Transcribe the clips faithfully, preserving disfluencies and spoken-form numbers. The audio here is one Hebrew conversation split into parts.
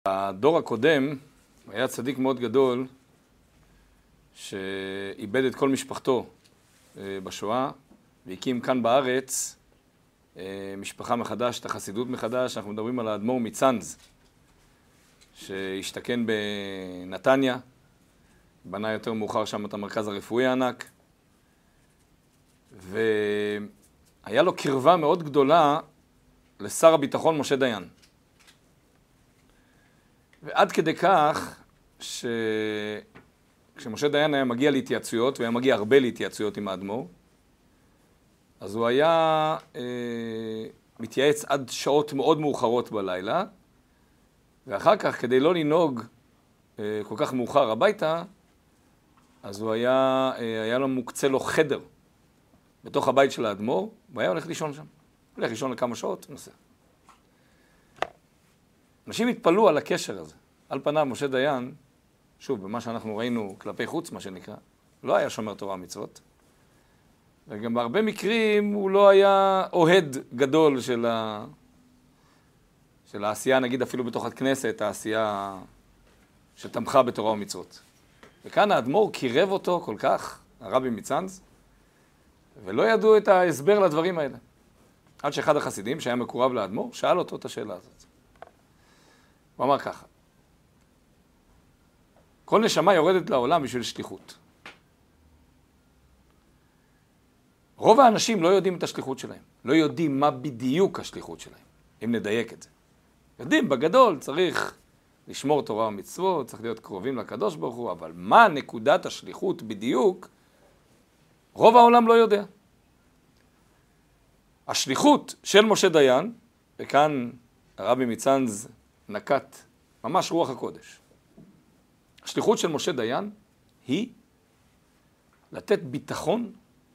הדור הקודם היה צדיק מאוד גדול שאיבד את כל משפחתו בשואה והקים כאן בארץ משפחה מחדש, את החסידות מחדש. אנחנו מדברים על האדמו"ר מצאנז שהשתכן בנתניה, בנה יותר מאוחר שם את המרכז הרפואי הענק, והיה לו קרבה מאוד גדולה לשר הביטחון משה דיין. ועד כדי כך שכשמשה דיין היה מגיע להתייעצויות, והיה מגיע הרבה להתייעצויות עם האדמו"ר, אז הוא היה אה, מתייעץ עד שעות מאוד מאוחרות בלילה, ואחר כך, כדי לא לנהוג אה, כל כך מאוחר הביתה, אז הוא היה, אה, היה לו מוקצה לו חדר בתוך הבית של האדמו"ר, והיה הולך לישון שם. הולך לישון לכמה שעות, נוסע. אנשים התפלאו על הקשר הזה. על פניו משה דיין, שוב, במה שאנחנו ראינו כלפי חוץ, מה שנקרא, לא היה שומר תורה ומצוות. וגם בהרבה מקרים הוא לא היה אוהד גדול של, ה... של העשייה, נגיד אפילו בתוך הכנסת, העשייה שתמכה בתורה ומצוות. וכאן האדמו"ר קירב אותו כל כך, הרבי מצאנז, ולא ידעו את ההסבר לדברים האלה. עד שאחד החסידים שהיה מקורב לאדמו"ר, שאל אותו את השאלה הזאת. הוא אמר ככה, כל נשמה יורדת לעולם בשביל שליחות. רוב האנשים לא יודעים את השליחות שלהם, לא יודעים מה בדיוק השליחות שלהם, אם נדייק את זה. יודעים, בגדול צריך לשמור תורה ומצוות, צריך להיות קרובים לקדוש ברוך הוא, אבל מה נקודת השליחות בדיוק, רוב העולם לא יודע. השליחות של משה דיין, וכאן הרבי מצאנז נקט ממש רוח הקודש. השליחות של משה דיין היא לתת ביטחון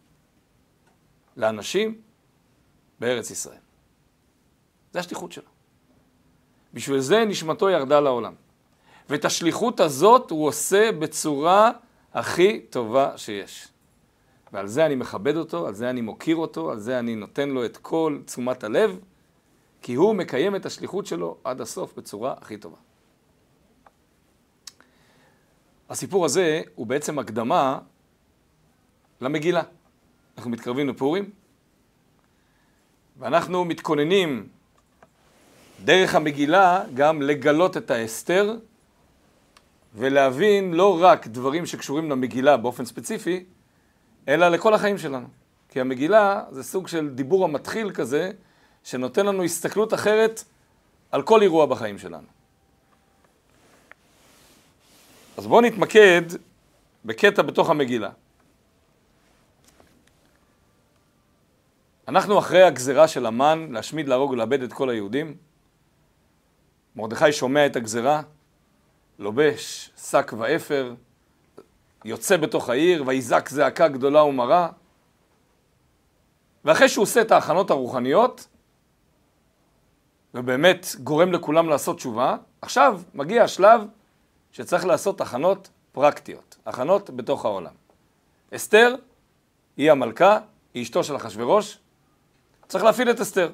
לאנשים בארץ ישראל. זה השליחות שלו. בשביל זה נשמתו ירדה לעולם. ואת השליחות הזאת הוא עושה בצורה הכי טובה שיש. ועל זה אני מכבד אותו, על זה אני מוקיר אותו, על זה אני נותן לו את כל תשומת הלב, כי הוא מקיים את השליחות שלו עד הסוף בצורה הכי טובה. הסיפור הזה הוא בעצם הקדמה למגילה. אנחנו מתקרבים לפורים, ואנחנו מתכוננים דרך המגילה גם לגלות את האסתר, ולהבין לא רק דברים שקשורים למגילה באופן ספציפי, אלא לכל החיים שלנו. כי המגילה זה סוג של דיבור המתחיל כזה, שנותן לנו הסתכלות אחרת על כל אירוע בחיים שלנו. אז בואו נתמקד בקטע בתוך המגילה. אנחנו אחרי הגזרה של המן להשמיד, להרוג ולאבד את כל היהודים. מרדכי שומע את הגזרה, לובש שק ואפר, יוצא בתוך העיר ויזעק זעקה גדולה ומרה. ואחרי שהוא עושה את ההכנות הרוחניות, ובאמת גורם לכולם לעשות תשובה, עכשיו מגיע השלב שצריך לעשות הכנות פרקטיות, הכנות בתוך העולם. אסתר היא המלכה, היא אשתו של אחשוורוש, צריך להפעיל את אסתר.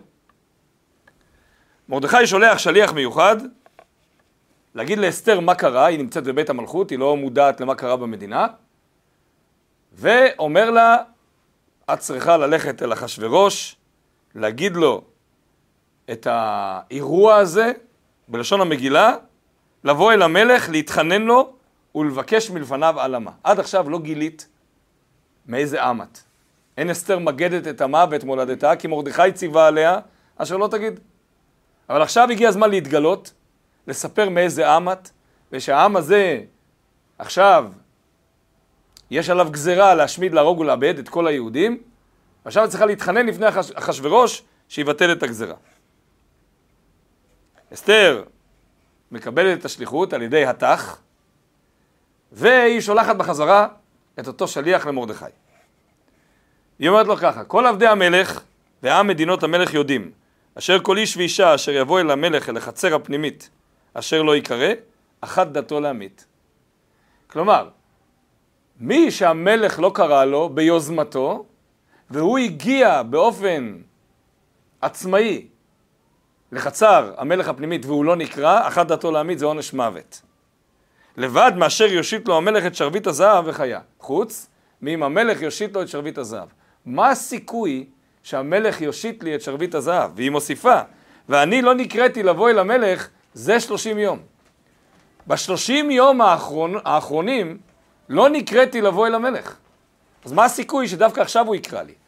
מרדכי שולח שליח מיוחד, להגיד לאסתר מה קרה, היא נמצאת בבית המלכות, היא לא מודעת למה קרה במדינה, ואומר לה, את צריכה ללכת אל אחשוורוש, להגיד לו את האירוע הזה, בלשון המגילה, לבוא אל המלך, להתחנן לו ולבקש מלפניו עלמה. עד עכשיו לא גילית מאיזה עם את. אין אסתר מגדת את עמה ואת מולדתה, כי מרדכי ציווה עליה, אשר לא תגיד. אבל עכשיו הגיע הזמן להתגלות, לספר מאיזה עם את, ושהעם הזה עכשיו יש עליו גזרה להשמיד, להרוג ולאבד את כל היהודים, ועכשיו צריכה להתחנן לפני אחשוורוש שיבטל את הגזרה. אסתר מקבלת את השליחות על ידי התח, והיא שולחת בחזרה את אותו שליח למרדכי. היא אומרת לו ככה, כל עבדי המלך ועם מדינות המלך יודעים, אשר כל איש ואישה אשר יבוא אל המלך אל החצר הפנימית, אשר לא יקרא, אחת דתו להמית. כלומר, מי שהמלך לא קרא לו ביוזמתו, והוא הגיע באופן עצמאי לחצר המלך הפנימית והוא לא נקרא, אחת דעתו להעמיד זה עונש מוות. לבד מאשר יושיט לו המלך את שרביט הזהב וחיה. חוץ מאם המלך יושיט לו את שרביט הזהב. מה הסיכוי שהמלך יושיט לי את שרביט הזהב? והיא מוסיפה, ואני לא נקראתי לבוא אל המלך, זה שלושים יום. בשלושים יום האחרון, האחרונים לא נקראתי לבוא אל המלך. אז מה הסיכוי שדווקא עכשיו הוא יקרא לי?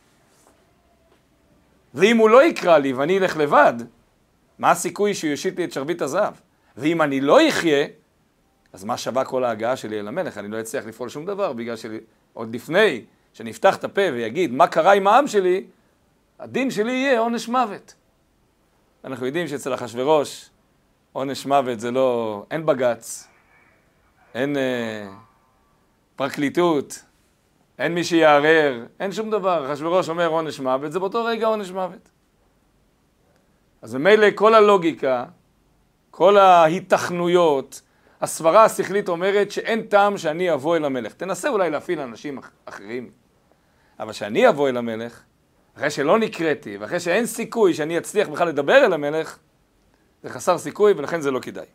ואם הוא לא יקרא לי ואני אלך לבד, מה הסיכוי שהוא יושיט לי את שרביט הזהב? ואם אני לא אחיה, אז מה שווה כל ההגעה שלי אל המלך? אני לא אצליח לפעול שום דבר, בגלל שעוד לפני שנפתח את הפה ויגיד מה קרה עם העם שלי, הדין שלי יהיה עונש מוות. אנחנו יודעים שאצל אחשוורוש, עונש מוות זה לא, אין בגץ, אין אה, פרקליטות, אין מי שיערער, אין שום דבר. אחשוורוש אומר עונש מוות, זה באותו רגע עונש מוות. אז ממילא כל הלוגיקה, כל ההיתכנויות, הסברה השכלית אומרת שאין טעם שאני אבוא אל המלך. תנסה אולי להפעיל אנשים אחרים, אבל שאני אבוא אל המלך, אחרי שלא נקראתי, ואחרי שאין סיכוי שאני אצליח בכלל לדבר אל המלך, זה חסר סיכוי ולכן זה לא כדאי.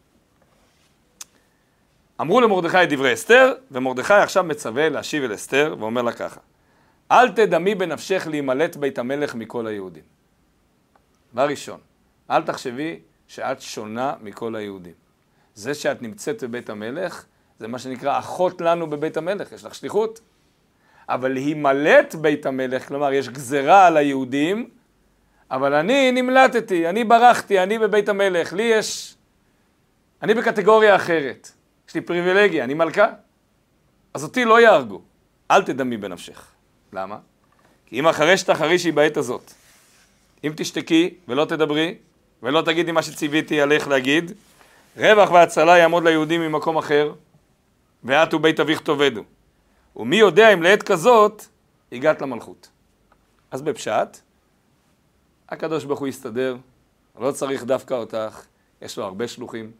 אמרו למרדכי את דברי אסתר, ומרדכי עכשיו מצווה להשיב אל אסתר, ואומר לה ככה, אל תדמי בנפשך להימלט בית המלך מכל היהודים. בראשון, אל תחשבי שאת שונה מכל היהודים. זה שאת נמצאת בבית המלך, זה מה שנקרא אחות לנו בבית המלך, יש לך שליחות. אבל להימלט בית המלך, כלומר יש גזרה על היהודים, אבל אני נמלטתי, אני ברחתי, אני בבית המלך, לי יש, אני בקטגוריה אחרת, יש לי פריבילגיה, אני מלכה, אז אותי לא יהרגו, אל תדמי בנפשך. למה? כי אם אחרי שתחרישי בעת הזאת, אם תשתקי ולא תדברי, ולא תגידי מה שציוויתי עליך להגיד, רווח והצלה יעמוד ליהודים ממקום אחר, ואת ובית אביך תאבדו. ומי יודע אם לעת כזאת הגעת למלכות. אז בפשט, הקדוש ברוך הוא יסתדר, לא צריך דווקא אותך, יש לו הרבה שלוחים.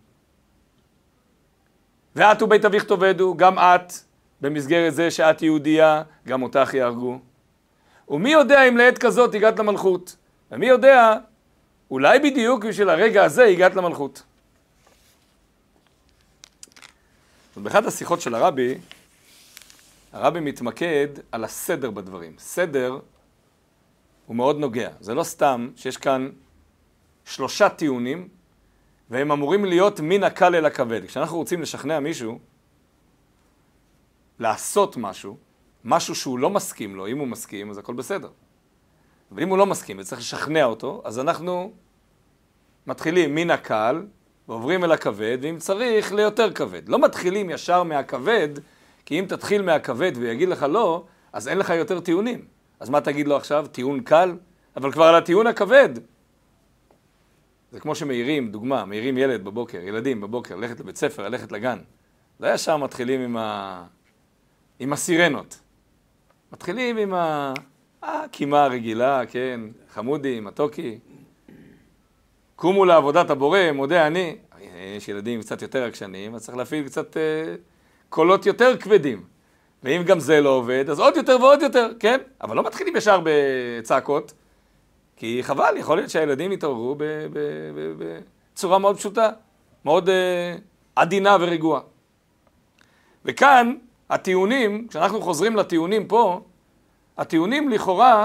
ואת ובית אביך תאבדו, גם את, במסגרת זה שאת יהודייה, גם אותך יהרגו. ומי יודע אם לעת כזאת הגעת למלכות. ומי יודע, אולי בדיוק בשביל הרגע הזה הגעת למלכות. באחת השיחות של הרבי, הרבי מתמקד על הסדר בדברים. סדר הוא מאוד נוגע. זה לא סתם שיש כאן שלושה טיעונים, והם אמורים להיות מן הקל אל הכבד. כשאנחנו רוצים לשכנע מישהו, לעשות משהו, משהו שהוא לא מסכים לו, אם הוא מסכים, אז הכל בסדר. אבל אם הוא לא מסכים וצריך לשכנע אותו, אז אנחנו מתחילים מן הקל, ועוברים אל הכבד, ואם צריך, ליותר כבד. לא מתחילים ישר מהכבד, כי אם תתחיל מהכבד ויגיד לך לא, אז אין לך יותר טיעונים. אז מה תגיד לו עכשיו? טיעון קל? אבל כבר על הטיעון הכבד. זה כמו שמאירים, דוגמה, מאירים ילד בבוקר, ילדים בבוקר, ללכת לבית ספר, ללכת לגן. לא ישר מתחילים עם, ה... עם הסירנות. מתחילים עם ה... הקימה הרגילה, כן, חמודי, מתוקי. קומו לעבודת הבורא, מודה אני. יש ילדים קצת יותר עקשנים, אז צריך להפעיל קצת אה, קולות יותר כבדים. ואם גם זה לא עובד, אז עוד יותר ועוד יותר, כן? אבל לא מתחילים ישר בצעקות, כי חבל, יכול להיות שהילדים יתעוררו בצורה מאוד פשוטה, מאוד אה, עדינה ורגועה. וכאן, הטיעונים, כשאנחנו חוזרים לטיעונים פה, הטיעונים לכאורה,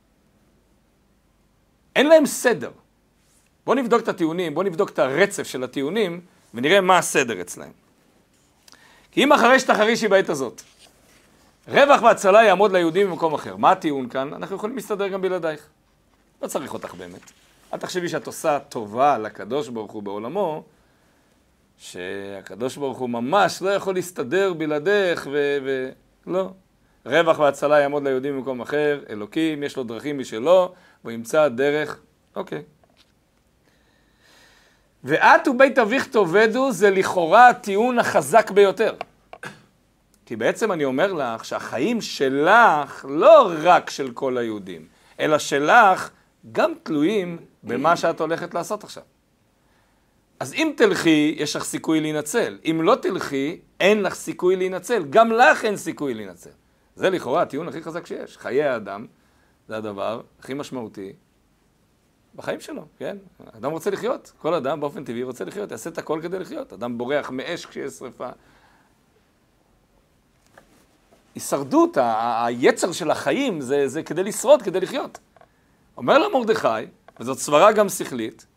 אין להם סדר. בואו נבדוק את הטיעונים, בואו נבדוק את הרצף של הטיעונים, ונראה מה הסדר אצלהם. כי אם אחרי שתחרישי בעת הזאת, רווח והצלה יעמוד ליהודים במקום אחר. מה הטיעון כאן? אנחנו יכולים להסתדר גם בלעדייך. לא צריך אותך באמת. אל תחשבי שאת עושה טובה לקדוש ברוך הוא בעולמו, שהקדוש ברוך הוא ממש לא יכול להסתדר בלעדך ו... ו... לא. רווח והצלה יעמוד ליהודים במקום אחר, אלוקים, יש לו דרכים משלו, הוא ימצא דרך. אוקיי. ואת ובית אביך תאבדו זה לכאורה הטיעון החזק ביותר. כי בעצם אני אומר לך שהחיים שלך לא רק של כל היהודים, אלא שלך גם תלויים במה שאת הולכת לעשות עכשיו. אז אם תלכי, יש לך סיכוי להינצל. אם לא תלכי, אין לך סיכוי להינצל. גם לך אין סיכוי להינצל. זה לכאורה הטיעון הכי חזק שיש. חיי האדם, זה הדבר הכי משמעותי בחיים שלו, כן? אדם רוצה לחיות, כל אדם באופן טבעי רוצה לחיות, יעשה את הכל כדי לחיות. אדם בורח מאש כשיש שריפה. הישרדות, היצר של החיים, זה, זה כדי לשרוד, כדי לחיות. אומר לה מרדכי, וזאת סברה גם שכלית,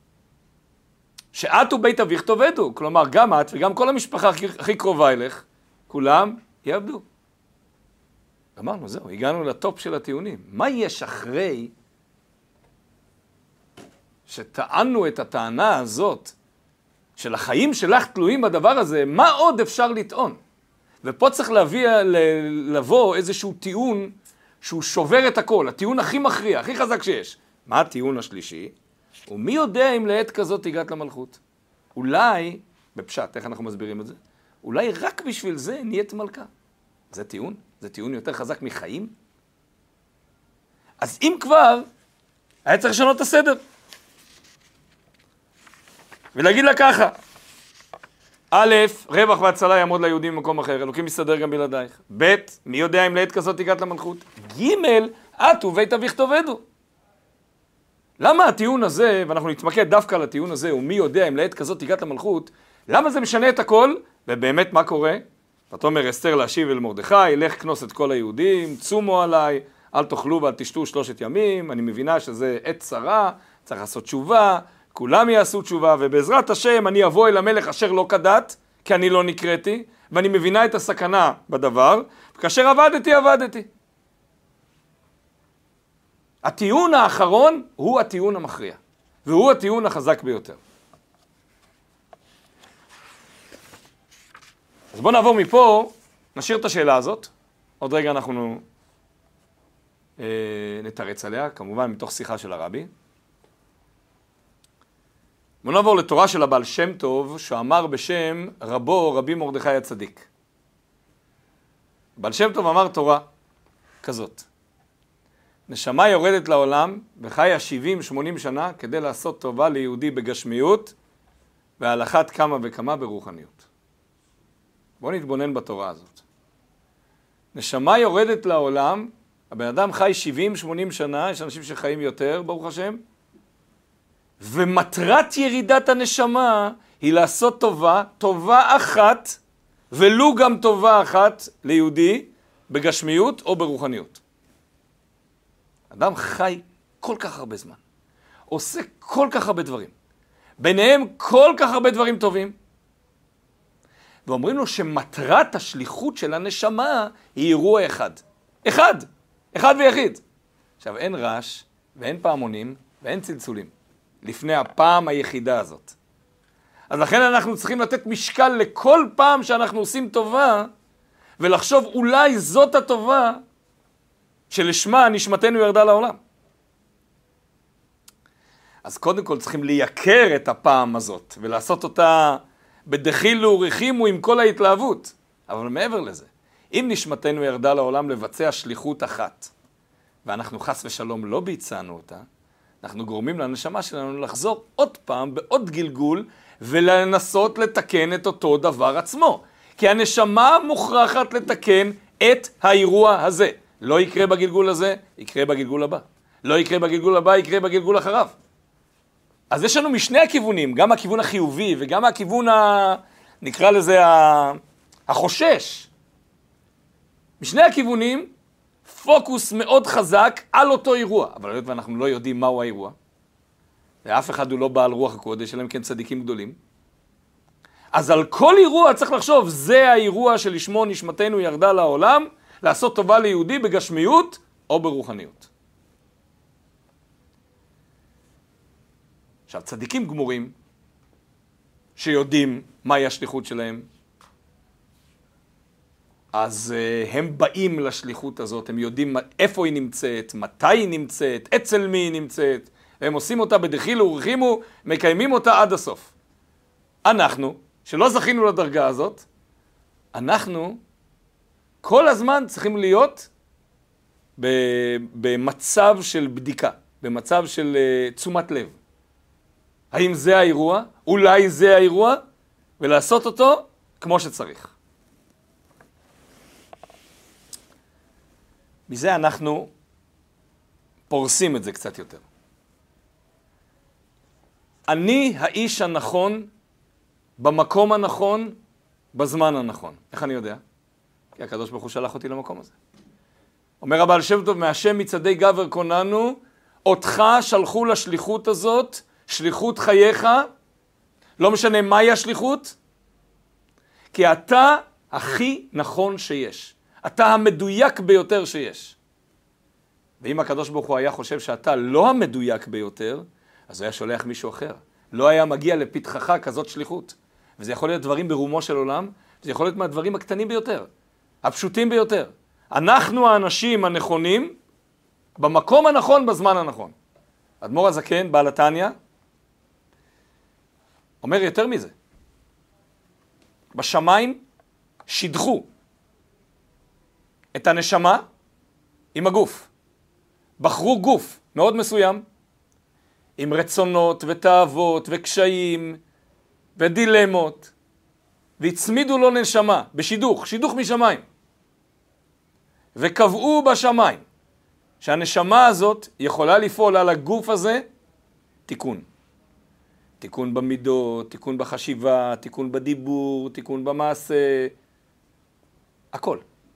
שאת ובית אביך תאבדו. כלומר, גם את וגם כל המשפחה הכי, הכי קרובה אליך, כולם יאבדו. אמרנו, זהו, הגענו לטופ של הטיעונים. מה יש אחרי שטענו את הטענה הזאת של החיים שלך תלויים בדבר הזה, מה עוד אפשר לטעון? ופה צריך להביא, לבוא איזשהו טיעון שהוא שובר את הכל, הטיעון הכי מכריע, הכי חזק שיש. מה הטיעון השלישי? ומי יודע אם לעת כזאת הגעת למלכות? אולי, בפשט, איך אנחנו מסבירים את זה? אולי רק בשביל זה נהיית מלכה. זה טיעון? זה טיעון יותר חזק מחיים? אז אם כבר, היה צריך לשנות את הסדר. ולהגיד לה ככה, א', רווח והצלה יעמוד ליהודים במקום אחר, אלוקים מסתדר גם בלעדייך. ב', מי יודע אם לעת כזאת הגעת למלכות? ג', את ובית אביך תאבדו. למה הטיעון הזה, ואנחנו נתמקד דווקא על הטיעון הזה, ומי יודע אם לעת כזאת הגעת למלכות, למה זה משנה את הכל? ובאמת מה קורה? ותאמר אסתר להשיב אל מרדכי, לך כנוס את כל היהודים, צומו עליי, אל תאכלו ואל תשתו שלושת ימים. אני מבינה שזה עת צרה, צריך לעשות תשובה, כולם יעשו תשובה, ובעזרת השם אני אבוא אל המלך אשר לא כדת, כי אני לא נקראתי, ואני מבינה את הסכנה בדבר, וכאשר עבדתי, עבדתי. הטיעון האחרון הוא הטיעון המכריע, והוא הטיעון החזק ביותר. אז בואו נעבור מפה, נשאיר את השאלה הזאת, עוד רגע אנחנו אה, נתרץ עליה, כמובן מתוך שיחה של הרבי. בואו נעבור לתורה של הבעל שם טוב, שאמר בשם רבו רבי מרדכי הצדיק. בעל שם טוב אמר תורה כזאת. נשמה יורדת לעולם וחיה שבעים שמונים שנה כדי לעשות טובה ליהודי בגשמיות ועל אחת כמה וכמה ברוחניות. בואו נתבונן בתורה הזאת. נשמה יורדת לעולם, הבן אדם חי שבעים שמונים שנה, יש אנשים שחיים יותר, ברוך השם, ומטרת ירידת הנשמה היא לעשות טובה, טובה אחת, ולו גם טובה אחת ליהודי בגשמיות או ברוחניות. אדם חי כל כך הרבה זמן, עושה כל כך הרבה דברים, ביניהם כל כך הרבה דברים טובים, ואומרים לו שמטרת השליחות של הנשמה היא אירוע אחד. אחד, אחד ויחיד. עכשיו אין רעש ואין פעמונים ואין צלצולים. לפני הפעם היחידה הזאת. אז לכן אנחנו צריכים לתת משקל לכל פעם שאנחנו עושים טובה, ולחשוב אולי זאת הטובה שלשמה נשמתנו ירדה לעולם. אז קודם כל צריכים לייקר את הפעם הזאת, ולעשות אותה בדחילו ורחימו עם כל ההתלהבות. אבל מעבר לזה, אם נשמתנו ירדה לעולם לבצע שליחות אחת, ואנחנו חס ושלום לא ביצענו אותה, אנחנו גורמים לנשמה שלנו לחזור עוד פעם בעוד גלגול, ולנסות לתקן את אותו דבר עצמו. כי הנשמה מוכרחת לתקן את האירוע הזה. לא יקרה בגלגול הזה, יקרה בגלגול הבא. לא יקרה בגלגול הבא, יקרה בגלגול אחריו. אז יש לנו משני הכיוונים, גם הכיוון החיובי וגם הכיוון, ה... נקרא לזה, החושש. משני הכיוונים, פוקוס מאוד חזק על אותו אירוע. אבל היות ואנחנו לא יודעים מהו האירוע, ואף אחד הוא לא בעל רוח הקודש, אלא אם כן צדיקים גדולים. אז על כל אירוע צריך לחשוב, זה האירוע שלשמו נשמתנו ירדה לעולם, לעשות טובה ליהודי בגשמיות או ברוחניות. עכשיו, צדיקים גמורים, שיודעים מהי השליחות שלהם, אז uh, הם באים לשליחות הזאת, הם יודעים איפה היא נמצאת, מתי היא נמצאת, אצל מי היא נמצאת, והם עושים אותה בדחילו ורחימו, מקיימים אותה עד הסוף. אנחנו, שלא זכינו לדרגה הזאת, אנחנו כל הזמן צריכים להיות במצב של בדיקה, במצב של uh, תשומת לב. האם זה האירוע? אולי זה האירוע? ולעשות אותו כמו שצריך. מזה אנחנו פורסים את זה קצת יותר. אני האיש הנכון, במקום הנכון, בזמן הנכון. איך אני יודע? כי הקדוש ברוך הוא שלח אותי למקום הזה. אומר הבעל שם טוב, מהשם מצעדי גבר קוננו, אותך שלחו לשליחות הזאת, שליחות חייך, לא משנה מהי השליחות, כי אתה הכי נכון שיש. אתה המדויק ביותר שיש. ואם הקדוש ברוך הוא היה חושב שאתה לא המדויק ביותר, אז הוא היה שולח מישהו אחר. לא היה מגיע לפתחך כזאת שליחות. וזה יכול להיות דברים ברומו של עולם, זה יכול להיות מהדברים הקטנים ביותר, הפשוטים ביותר. אנחנו האנשים הנכונים, במקום הנכון, בזמן הנכון. אדמו"ר הזקן, בעל התניא, אומר יותר מזה. בשמיים שידחו את הנשמה עם הגוף. בחרו גוף מאוד מסוים, עם רצונות ותאוות וקשיים ודילמות, והצמידו לו נשמה בשידוך, שידוך משמיים. וקבעו בשמיים שהנשמה הזאת יכולה לפעול על הגוף הזה תיקון. תיקון במידות, תיקון בחשיבה, תיקון בדיבור, תיקון במעשה, הכל.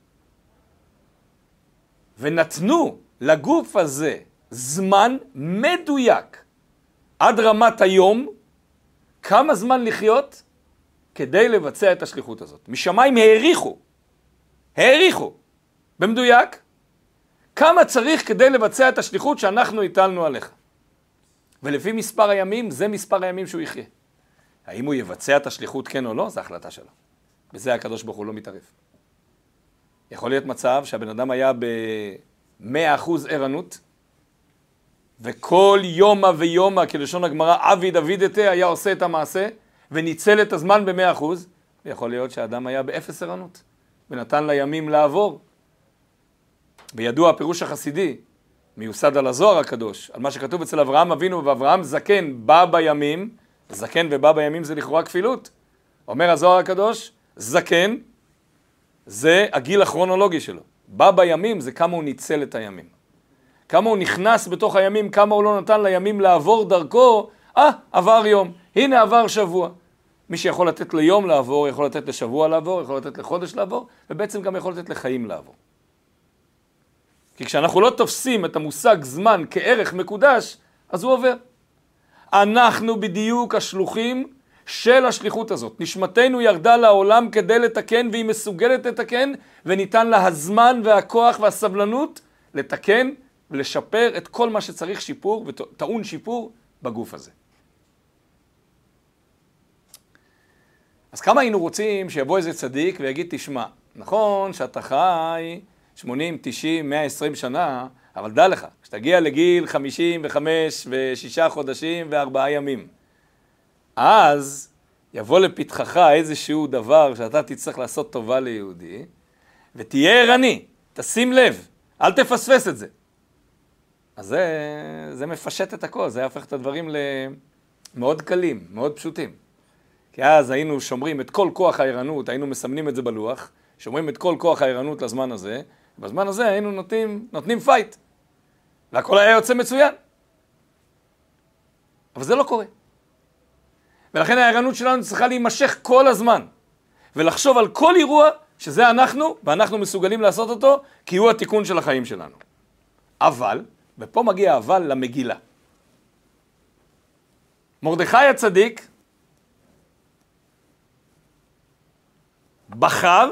ונתנו לגוף הזה זמן מדויק עד רמת היום, כמה זמן לחיות כדי לבצע את השליחות הזאת. משמיים העריכו, העריכו, במדויק, כמה צריך כדי לבצע את השליחות שאנחנו הטלנו עליך. ולפי מספר הימים, זה מספר הימים שהוא יחיה. האם הוא יבצע את השליחות כן או לא, זה החלטה שלו. בזה הקדוש ברוך הוא לא מתערב. יכול להיות מצב שהבן אדם היה ב-מאה אחוז ערנות, וכל יומה ויומה, כלשון הגמרא, עביד עבידתה, היה עושה את המעשה, וניצל את הזמן ב-מאה אחוז, ויכול להיות שהאדם היה באפס ערנות, ונתן לימים לעבור. וידוע הפירוש החסידי, מיוסד על הזוהר הקדוש, על מה שכתוב אצל אברהם אבינו, ואברהם זקן בא בימים, זקן ובא בימים זה לכאורה כפילות. אומר הזוהר הקדוש, זקן זה הגיל הכרונולוגי שלו. בא בימים זה כמה הוא ניצל את הימים. כמה הוא נכנס בתוך הימים, כמה הוא לא נתן לימים לעבור דרכו, אה, עבר יום, הנה עבר שבוע. מי שיכול לתת ליום לעבור, יכול לתת לשבוע לעבור, יכול לתת לחודש לעבור, ובעצם גם יכול לתת לחיים לעבור. כי כשאנחנו לא תופסים את המושג זמן כערך מקודש, אז הוא עובר. אנחנו בדיוק השלוחים של השליחות הזאת. נשמתנו ירדה לעולם כדי לתקן, והיא מסוגלת לתקן, וניתן לה הזמן והכוח והסבלנות לתקן ולשפר את כל מה שצריך שיפור וטעון שיפור בגוף הזה. אז כמה היינו רוצים שיבוא איזה צדיק ויגיד, תשמע, נכון שאתה חי שמונים, תשעים, מאה ועשרים שנה, אבל דע לך, כשתגיע לגיל חמישים וחמש ושישה חודשים וארבעה ימים, אז יבוא לפתחך איזשהו דבר שאתה תצטרך לעשות טובה ליהודי, ותהיה ערני, תשים לב, אל תפספס את זה. אז זה, זה מפשט את הכל, זה יהפך את הדברים למאוד קלים, מאוד פשוטים. כי אז היינו שומרים את כל כוח הערנות, היינו מסמנים את זה בלוח, שומרים את כל כוח הערנות לזמן הזה, בזמן הזה היינו נותנים, נותנים פייט. והכל היה יוצא מצוין. אבל זה לא קורה. ולכן הערנות שלנו צריכה להימשך כל הזמן. ולחשוב על כל אירוע שזה אנחנו, ואנחנו מסוגלים לעשות אותו, כי הוא התיקון של החיים שלנו. אבל, ופה מגיע אבל למגילה. מרדכי הצדיק בחר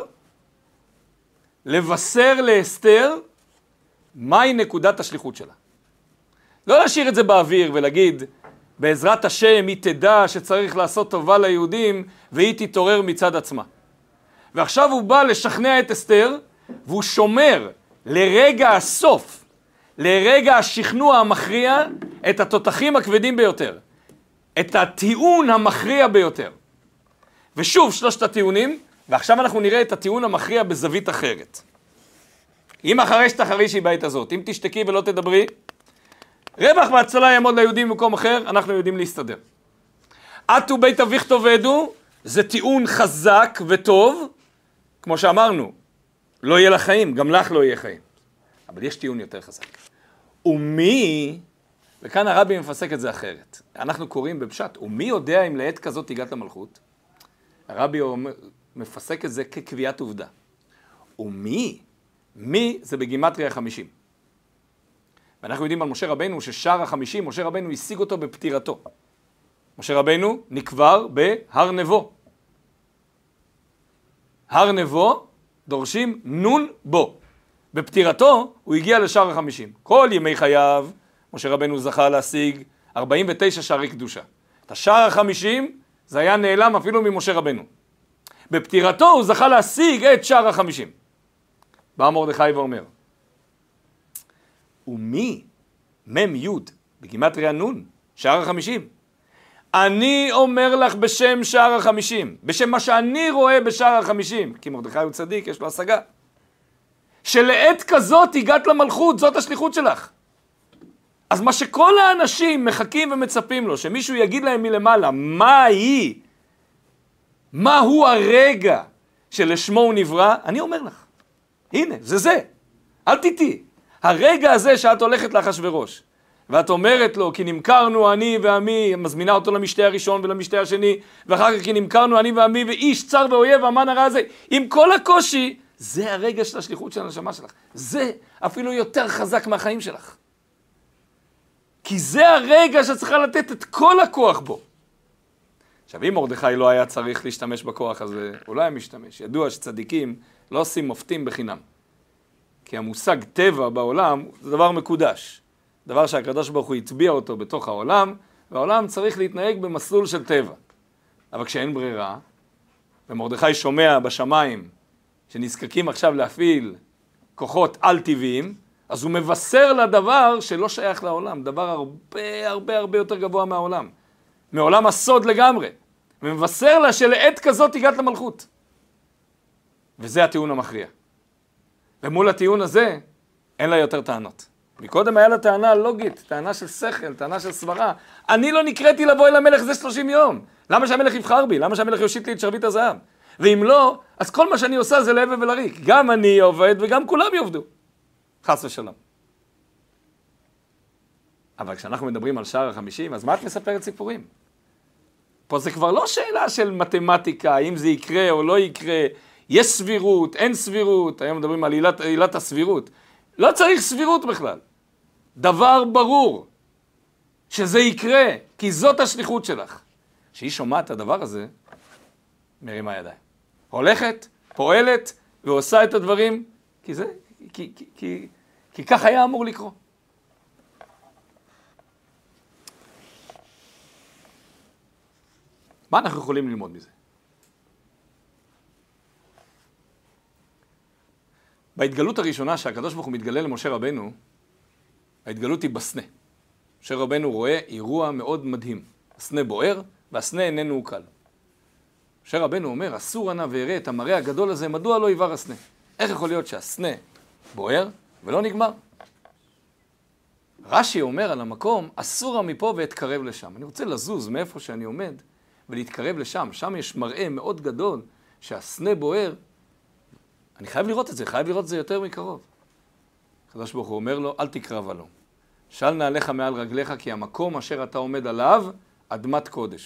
לבשר לאסתר מהי נקודת השליחות שלה. לא להשאיר את זה באוויר ולהגיד, בעזרת השם היא תדע שצריך לעשות טובה ליהודים, והיא תתעורר מצד עצמה. ועכשיו הוא בא לשכנע את אסתר, והוא שומר לרגע הסוף, לרגע השכנוע המכריע, את התותחים הכבדים ביותר. את הטיעון המכריע ביותר. ושוב שלושת הטיעונים, ועכשיו אנחנו נראה את הטיעון המכריע בזווית אחרת. אם אחרי שתחרישי בעת הזאת, אם תשתקי ולא תדברי, רווח והצלה יעמוד ליהודים במקום אחר, אנחנו יודעים להסתדר. עתו בית אביך תאבדו, זה טיעון חזק וטוב, כמו שאמרנו, לא יהיה לך חיים, גם לך לא יהיה חיים. אבל יש טיעון יותר חזק. ומי וכאן הרבי מפסק את זה אחרת. אנחנו קוראים בפשט, ומי יודע אם לעת כזאת הגעת למלכות? הרבי מפסק את זה כקביעת עובדה. ומי? מי זה בגימטריה חמישים. ואנחנו יודעים על משה רבנו ששער החמישים, משה רבנו השיג אותו בפטירתו. משה רבנו נקבר בהר נבו. הר נבו דורשים נון בו. בפטירתו הוא הגיע לשער החמישים. כל ימי חייו משה רבנו זכה להשיג ארבעים ותשע שערי קדושה. את השער החמישים זה היה נעלם אפילו ממשה רבנו. בפטירתו הוא זכה להשיג את שער החמישים. בא מרדכי ואומר, ומי? מם יוד, בגימטריה נון, שער החמישים. אני אומר לך בשם שער החמישים, בשם מה שאני רואה בשער החמישים, כי מרדכי הוא צדיק, יש לו השגה. שלעת כזאת הגעת למלכות, זאת השליחות שלך. אז מה שכל האנשים מחכים ומצפים לו, שמישהו יגיד להם מלמעלה, מה היא? מה הוא הרגע שלשמו הוא נברא? אני אומר לך, הנה, זה זה. אל תיתי. הרגע הזה שאת הולכת לאחשוורוש, ואת אומרת לו, כי נמכרנו אני ועמי, מזמינה אותו למשתה הראשון ולמשתה השני, ואחר כך כי נמכרנו אני ועמי, ואיש צר ואויב, המן הרע הזה, עם כל הקושי, זה הרגע של השליחות של הנשמה שלך. זה אפילו יותר חזק מהחיים שלך. כי זה הרגע שצריכה לתת את כל הכוח בו. עכשיו, אם מרדכי לא היה צריך להשתמש בכוח הזה, הוא לא היה משתמש. ידוע שצדיקים לא עושים מופתים בחינם. כי המושג טבע בעולם זה דבר מקודש. דבר שהקדוש ברוך הוא הטביע אותו בתוך העולם, והעולם צריך להתנהג במסלול של טבע. אבל כשאין ברירה, ומרדכי שומע בשמיים שנזקקים עכשיו להפעיל כוחות על-טבעיים, אז הוא מבשר לדבר שלא שייך לעולם, דבר הרבה הרבה הרבה יותר גבוה מהעולם. מעולם הסוד לגמרי. ומבשר לה שלעת כזאת הגעת למלכות. וזה הטיעון המכריע. ומול הטיעון הזה, אין לה יותר טענות. מקודם היה לה טענה לוגית, טענה של שכל, טענה של סברה. אני לא נקראתי לבוא אל המלך זה שלושים יום. למה שהמלך יבחר בי? למה שהמלך יושיט לי את שרביט הזהב? ואם לא, אז כל מה שאני עושה זה להבל ולריק. גם אני עובד וגם כולם יעבדו. חס ושלום. אבל כשאנחנו מדברים על שער החמישים, אז מה את מספרת סיפורים? פה זה כבר לא שאלה של מתמטיקה, אם זה יקרה או לא יקרה, יש סבירות, אין סבירות, היום מדברים על עילת, עילת הסבירות. לא צריך סבירות בכלל. דבר ברור שזה יקרה, כי זאת השליחות שלך. כשהיא שומעת את הדבר הזה, מרימה ידיים. הולכת, פועלת ועושה את הדברים, כי זה, כי, כי, כי, כי כך היה אמור לקרוא. מה אנחנו יכולים ללמוד מזה? בהתגלות הראשונה שהקדוש ברוך הוא מתגלה למשה רבנו, ההתגלות היא בסנה. משה רבנו רואה אירוע מאוד מדהים. הסנה בוער והסנה איננו עוקל. משה רבנו אומר, אסור ענה ויראה את המראה הגדול הזה, מדוע לא יבר הסנה? איך יכול להיות שהסנה בוער ולא נגמר? רש"י אומר על המקום, אסורה מפה ואתקרב לשם. אני רוצה לזוז מאיפה שאני עומד ולהתקרב לשם. שם יש מראה מאוד גדול שהסנה בוער. אני חייב לראות את זה, חייב לראות את זה יותר מקרוב. הקדוש ברוך הוא אומר לו, אל תקרב עליו. של נעליך מעל רגליך, כי המקום אשר אתה עומד עליו, אדמת קודש.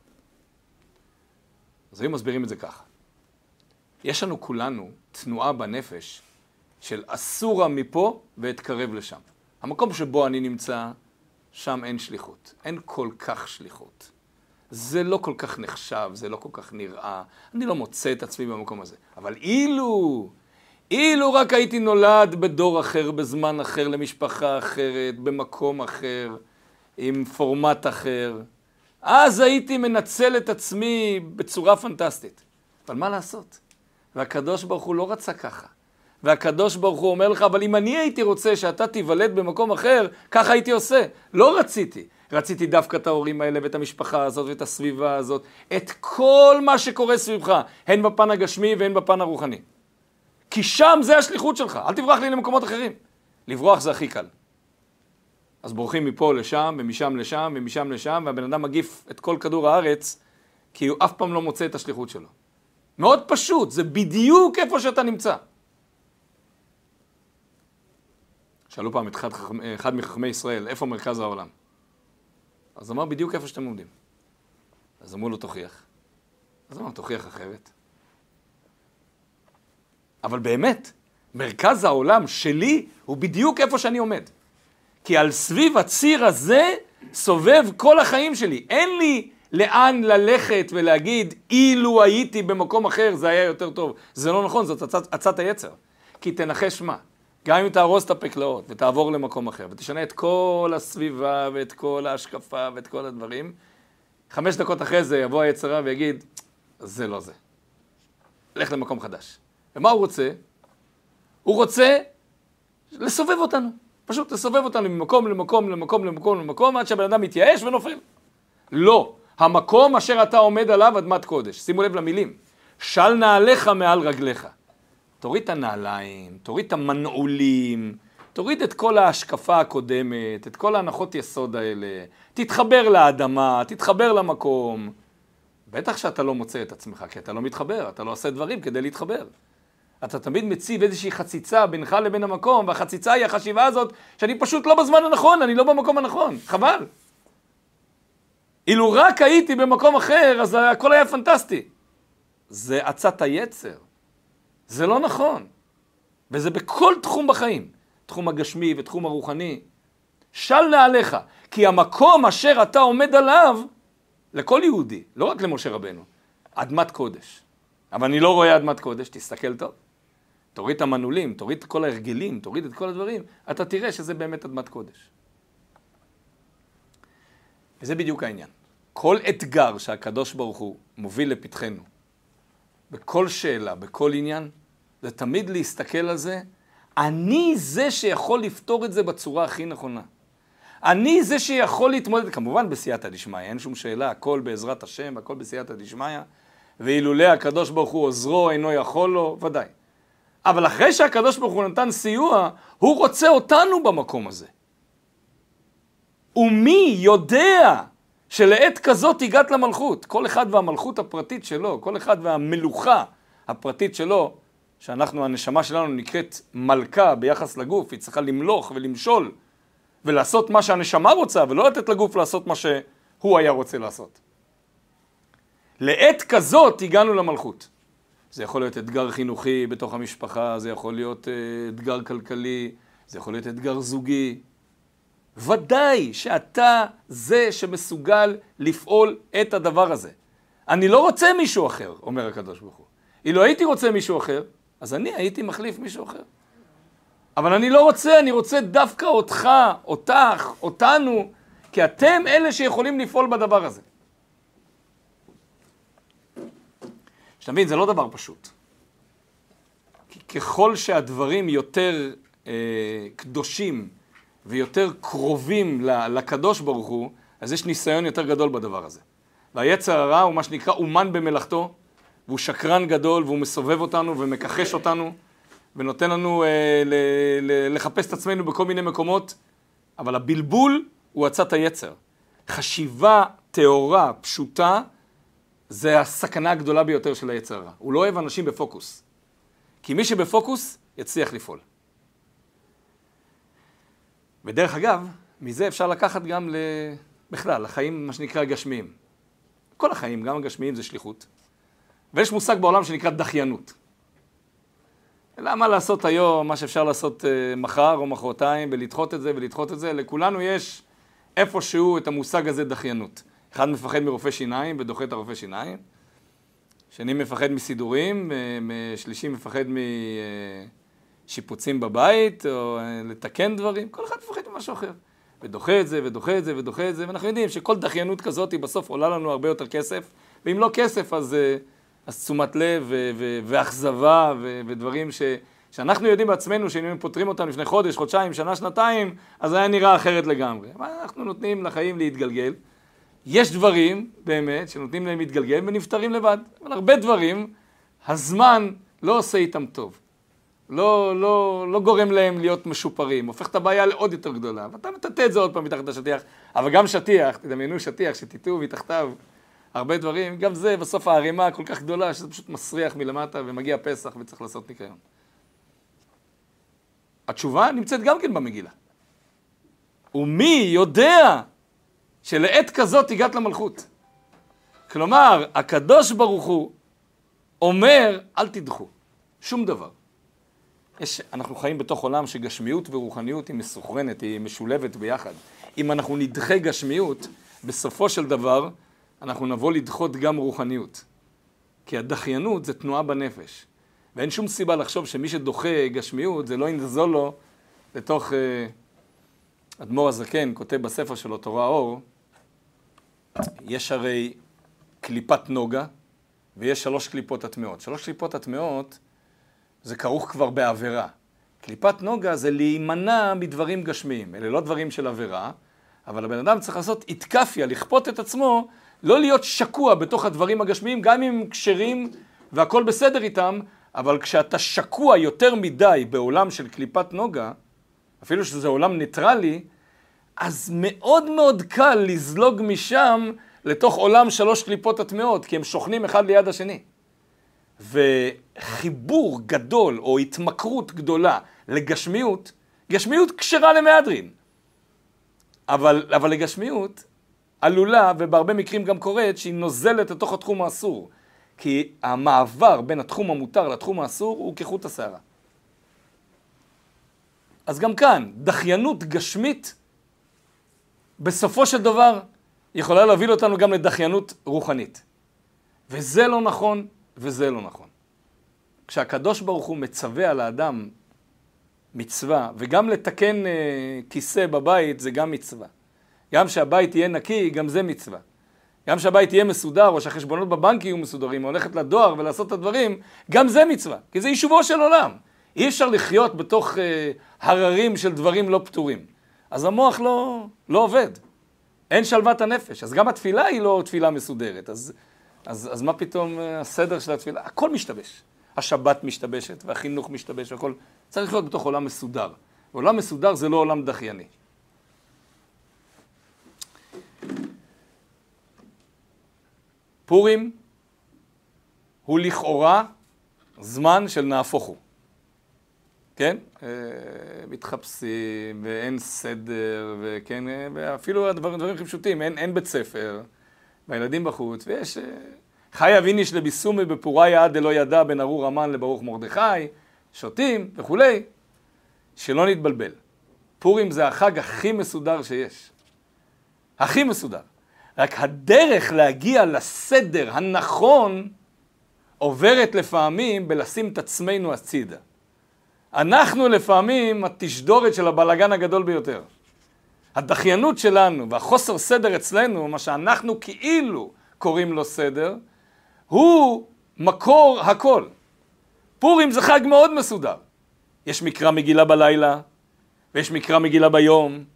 אז הם מסבירים את זה ככה. יש לנו כולנו תנועה בנפש של אסורה מפה ואתקרב לשם. המקום שבו אני נמצא, שם אין שליחות. אין כל כך שליחות. זה לא כל כך נחשב, זה לא כל כך נראה. אני לא מוצא את עצמי במקום הזה. אבל אילו, אילו רק הייתי נולד בדור אחר, בזמן אחר, למשפחה אחרת, במקום אחר, עם פורמט אחר, אז הייתי מנצל את עצמי בצורה פנטסטית. אבל מה לעשות? והקדוש ברוך הוא לא רצה ככה. והקדוש ברוך הוא אומר לך, אבל אם אני הייתי רוצה שאתה תיוולד במקום אחר, ככה הייתי עושה. לא רציתי. רציתי דווקא את ההורים האלה ואת המשפחה הזאת ואת הסביבה הזאת, את כל מה שקורה סביבך, הן בפן הגשמי והן בפן הרוחני. כי שם זה השליחות שלך, אל תברח לי למקומות אחרים. לברוח זה הכי קל. אז בורחים מפה לשם, ומשם לשם, ומשם לשם, והבן אדם מגיף את כל כדור הארץ, כי הוא אף פעם לא מוצא את השליחות שלו. מאוד פשוט, זה בדיוק איפה שאתה נמצא. שאלו פעם את אחד, אחד מחכמי ישראל, איפה מרכז העולם? אז הוא אמר, בדיוק איפה שאתם עומדים. אז אמרו לו, תוכיח. אז הוא אמר, תוכיח אחרת. אבל באמת, מרכז העולם שלי הוא בדיוק איפה שאני עומד. כי על סביב הציר הזה סובב כל החיים שלי. אין לי לאן ללכת ולהגיד, אילו הייתי במקום אחר, זה היה יותר טוב. זה לא נכון, זאת עצת, עצת היצר. כי תנחש מה? גם אם תארוז את הפקלאות ותעבור למקום אחר, ותשנה את כל הסביבה ואת כל ההשקפה ואת כל הדברים, חמש דקות אחרי זה יבוא היצרה ויגיד, זה לא זה. לך למקום חדש. ומה הוא רוצה? הוא רוצה לסובב אותנו. פשוט לסובב אותנו ממקום למקום, למקום, למקום, למקום, עד שהבן אדם מתייאש ונופל. לא. המקום אשר אתה עומד עליו אדמת קודש. שימו לב למילים. של נעליך מעל רגליך. תוריד את הנעליים, תוריד את המנעולים, תוריד את כל ההשקפה הקודמת, את כל ההנחות יסוד האלה. תתחבר לאדמה, תתחבר למקום. בטח שאתה לא מוצא את עצמך, כי אתה לא מתחבר, אתה לא עושה דברים כדי להתחבר. אתה תמיד מציב איזושהי חציצה בינך לבין המקום, והחציצה היא החשיבה הזאת שאני פשוט לא בזמן הנכון, אני לא במקום הנכון, חבל. אילו רק הייתי במקום אחר, אז הכל היה פנטסטי. זה עצת היצר. זה לא נכון. וזה בכל תחום בחיים, תחום הגשמי ותחום הרוחני. של נעליך, כי המקום אשר אתה עומד עליו, לכל יהודי, לא רק למשה רבנו, אדמת קודש. אבל אני לא רואה אדמת קודש, תסתכל טוב. תוריד את המנעולים, תוריד את כל ההרגלים, תוריד את כל הדברים, אתה תראה שזה באמת אדמת קודש. וזה בדיוק העניין. כל אתגר שהקדוש ברוך הוא מוביל לפתחנו, בכל שאלה, בכל עניין, זה תמיד להסתכל על זה, אני זה שיכול לפתור את זה בצורה הכי נכונה. אני זה שיכול להתמודד, כמובן בסייעתא דשמיא, אין שום שאלה, הכל בעזרת השם, הכל בסייעתא דשמיא, ואילולא הקדוש ברוך הוא עוזרו, אינו יכול לו, ודאי. אבל אחרי שהקדוש ברוך הוא נתן סיוע, הוא רוצה אותנו במקום הזה. ומי יודע שלעת כזאת הגעת למלכות? כל אחד והמלכות הפרטית שלו, כל אחד והמלוכה הפרטית שלו, שאנחנו, הנשמה שלנו נקראת מלכה ביחס לגוף, היא צריכה למלוך ולמשול, ולעשות מה שהנשמה רוצה, ולא לתת לגוף לעשות מה שהוא היה רוצה לעשות. לעת כזאת הגענו למלכות. זה יכול להיות אתגר חינוכי בתוך המשפחה, זה יכול להיות אתגר כלכלי, זה יכול להיות אתגר זוגי. ודאי שאתה זה שמסוגל לפעול את הדבר הזה. אני לא רוצה מישהו אחר, אומר הקדוש ברוך הוא. אילו הייתי רוצה מישהו אחר, אז אני הייתי מחליף מישהו אחר. אבל אני לא רוצה, אני רוצה דווקא אותך, אותך, אותנו, כי אתם אלה שיכולים לפעול בדבר הזה. שתבין, זה לא דבר פשוט. כי ככל שהדברים יותר אה, קדושים ויותר קרובים לקדוש ברוך הוא, אז יש ניסיון יותר גדול בדבר הזה. והיצר הרע הוא מה שנקרא אומן במלאכתו, והוא שקרן גדול, והוא מסובב אותנו ומכחש אותנו, ונותן לנו אה, ל, ל, לחפש את עצמנו בכל מיני מקומות, אבל הבלבול הוא עצת היצר. חשיבה תאורה, פשוטה, זה הסכנה הגדולה ביותר של היצר הרע. הוא לא אוהב אנשים בפוקוס. כי מי שבפוקוס יצליח לפעול. ודרך אגב, מזה אפשר לקחת גם ל... בכלל, לחיים, מה שנקרא הגשמיים. כל החיים, גם הגשמיים, זה שליחות. ויש מושג בעולם שנקרא דחיינות. למה לעשות היום מה שאפשר לעשות מחר או מחרתיים, ולדחות את זה ולדחות את זה? לכולנו יש איפשהו את המושג הזה דחיינות. אחד מפחד מרופא שיניים ודוחה את הרופא שיניים. שני מפחד מסידורים, שלישי מפחד משיפוצים בבית, או לתקן דברים. כל אחד מפחד ממשהו אחר. ודוחה את זה, ודוחה את זה, ודוחה את זה. ואנחנו יודעים שכל דחיינות כזאת היא בסוף עולה לנו הרבה יותר כסף. ואם לא כסף, אז, אז תשומת לב ו- ו- ואכזבה ו- ודברים ש- שאנחנו יודעים בעצמנו שאם הם פותרים אותם לפני חודש, חודשיים, שנה, שנתיים, אז היה נראה אחרת לגמרי. אבל אנחנו נותנים לחיים להתגלגל. יש דברים, באמת, שנותנים להם להתגלגל ונפטרים לבד. אבל הרבה דברים, הזמן לא עושה איתם טוב. לא, לא, לא גורם להם להיות משופרים. הופך את הבעיה לעוד יותר גדולה. ואתה מטטא את זה עוד פעם מתחת לשטיח. אבל גם שטיח, תדמיינו שטיח, שתיתו מתחתיו הרבה דברים. גם זה בסוף הערימה כל כך גדולה, שזה פשוט מסריח מלמטה ומגיע פסח וצריך לעשות ניקיון. התשובה נמצאת גם כן במגילה. ומי יודע שלעת כזאת הגעת למלכות. כלומר, הקדוש ברוך הוא אומר, אל תדחו, שום דבר. יש, אנחנו חיים בתוך עולם שגשמיות ורוחניות היא מסוכרנת, היא משולבת ביחד. אם אנחנו נדחה גשמיות, בסופו של דבר אנחנו נבוא לדחות גם רוחניות. כי הדחיינות זה תנועה בנפש. ואין שום סיבה לחשוב שמי שדוחה גשמיות זה לא ינזול לו לתוך... אדמו"ר הזקן כותב בספר שלו, תורה אור, יש הרי קליפת נוגה ויש שלוש קליפות הטמעות. שלוש קליפות הטמעות זה כרוך כבר בעבירה. קליפת נוגה זה להימנע מדברים גשמיים. אלה לא דברים של עבירה, אבל הבן אדם צריך לעשות התקפיה, לכפות את עצמו, לא להיות שקוע בתוך הדברים הגשמיים, גם אם הם כשרים והכל בסדר איתם, אבל כשאתה שקוע יותר מדי בעולם של קליפת נוגה, אפילו שזה עולם ניטרלי, אז מאוד מאוד קל לזלוג משם לתוך עולם שלוש קליפות הטמעות, כי הם שוכנים אחד ליד השני. וחיבור גדול או התמכרות גדולה לגשמיות, גשמיות כשרה למהדרין. אבל, אבל לגשמיות עלולה, ובהרבה מקרים גם קורית, שהיא נוזלת לתוך התחום האסור. כי המעבר בין התחום המותר לתחום האסור הוא כחוט השערה. אז גם כאן, דחיינות גשמית, בסופו של דבר, יכולה להוביל אותנו גם לדחיינות רוחנית. וזה לא נכון, וזה לא נכון. כשהקדוש ברוך הוא מצווה על האדם מצווה, וגם לתקן אה, כיסא בבית זה גם מצווה. גם שהבית יהיה נקי, גם זה מצווה. גם שהבית יהיה מסודר, או שהחשבונות בבנק יהיו מסודרים, או הולכת לדואר ולעשות את הדברים, גם זה מצווה. כי זה יישובו של עולם. אי אפשר לחיות בתוך אה, הררים של דברים לא פתורים. אז המוח לא, לא עובד. אין שלוות הנפש. אז גם התפילה היא לא תפילה מסודרת. אז, אז, אז מה פתאום הסדר של התפילה? הכל משתבש. השבת משתבשת, והחינוך משתבש, והכל. צריך להיות בתוך עולם מסודר. עולם מסודר זה לא עולם דחייני. פורים הוא לכאורה זמן של נהפוך הוא. כן? מתחפשים, ואין סדר, וכן, ואפילו הדברים, דברים הכי פשוטים, אין, אין בית ספר, והילדים בחוץ, ויש... חי אביניש לביסומי בפוראי עד דלא ידע בין ארור המן לברוך מרדכי, שותים וכולי, שלא נתבלבל. פורים זה החג הכי מסודר שיש. הכי מסודר. רק הדרך להגיע לסדר הנכון עוברת לפעמים בלשים את עצמנו הצידה. אנחנו לפעמים התשדורת של הבלגן הגדול ביותר. הדחיינות שלנו והחוסר סדר אצלנו, מה שאנחנו כאילו קוראים לו סדר, הוא מקור הכל. פורים זה חג מאוד מסודר. יש מקרא מגילה בלילה, ויש מקרא מגילה ביום,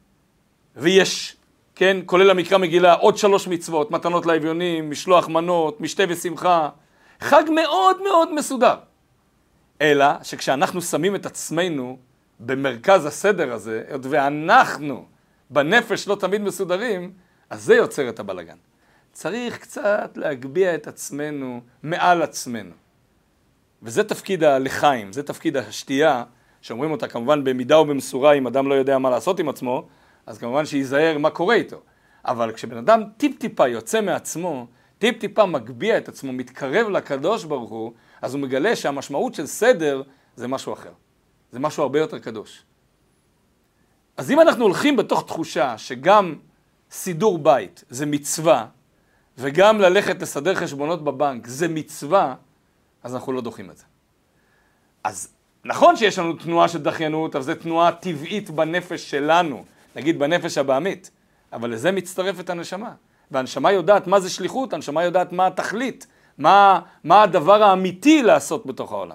ויש, כן, כולל המקרא מגילה, עוד שלוש מצוות, מתנות לאביונים, משלוח מנות, משתה ושמחה. חג מאוד מאוד מסודר. אלא שכשאנחנו שמים את עצמנו במרכז הסדר הזה, ואנחנו בנפש לא תמיד מסודרים, אז זה יוצר את הבלגן. צריך קצת להגביה את עצמנו מעל עצמנו. וזה תפקיד הלחיים, זה תפקיד השתייה, שאומרים אותה כמובן במידה ובמשורה, אם אדם לא יודע מה לעשות עם עצמו, אז כמובן שיזהר מה קורה איתו. אבל כשבן אדם טיפ-טיפה יוצא מעצמו, טיפ-טיפה מגביה את עצמו, מתקרב לקדוש ברוך הוא, אז הוא מגלה שהמשמעות של סדר זה משהו אחר. זה משהו הרבה יותר קדוש. אז אם אנחנו הולכים בתוך תחושה שגם סידור בית זה מצווה, וגם ללכת לסדר חשבונות בבנק זה מצווה, אז אנחנו לא דוחים את זה. אז נכון שיש לנו תנועה של דחיינות, אבל זו תנועה טבעית בנפש שלנו, נגיד בנפש הבעמית, אבל לזה מצטרפת הנשמה. והנשמה יודעת מה זה שליחות, הנשמה יודעת מה התכלית, מה, מה הדבר האמיתי לעשות בתוך העולם.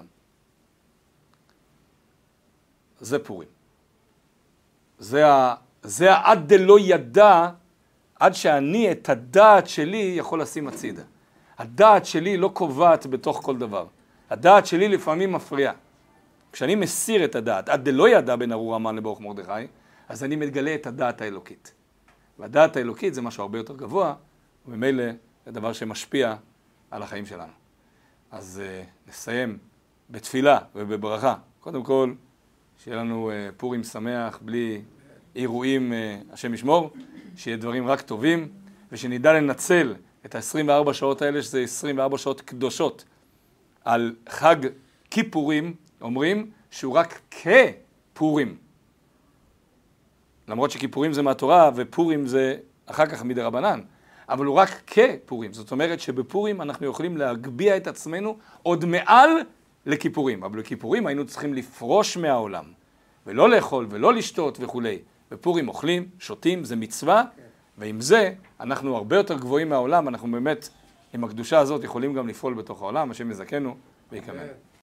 זה פורים. זה, ה, זה העד דלא ידע, עד שאני את הדעת שלי יכול לשים הצידה. הדעת שלי לא קובעת בתוך כל דבר. הדעת שלי לפעמים מפריעה. כשאני מסיר את הדעת, עד דלא ידע בין ארור המן לברוך מרדכי, אז אני מגלה את הדעת האלוקית. והדעת האלוקית זה משהו הרבה יותר גבוה, וממילא זה דבר שמשפיע על החיים שלנו. אז uh, נסיים בתפילה ובברכה. קודם כל, שיהיה לנו uh, פורים שמח, בלי אירועים, השם ישמור, שיהיה דברים רק טובים, ושנדע לנצל את ה-עשרים וארבע שעות האלה, שזה עשרים וארבע שעות קדושות, על חג כיפורים, אומרים שהוא רק כפורים. למרות שכיפורים זה מהתורה, ופורים זה אחר כך מדרבנן, אבל הוא רק כפורים. זאת אומרת שבפורים אנחנו יכולים להגביה את עצמנו עוד מעל לכיפורים. אבל לכיפורים היינו צריכים לפרוש מהעולם, ולא לאכול ולא לשתות וכו'. בפורים אוכלים, שותים, זה מצווה, ועם זה אנחנו הרבה יותר גבוהים מהעולם, אנחנו באמת עם הקדושה הזאת יכולים גם לפעול בתוך העולם, השם יזכנו ויקמן.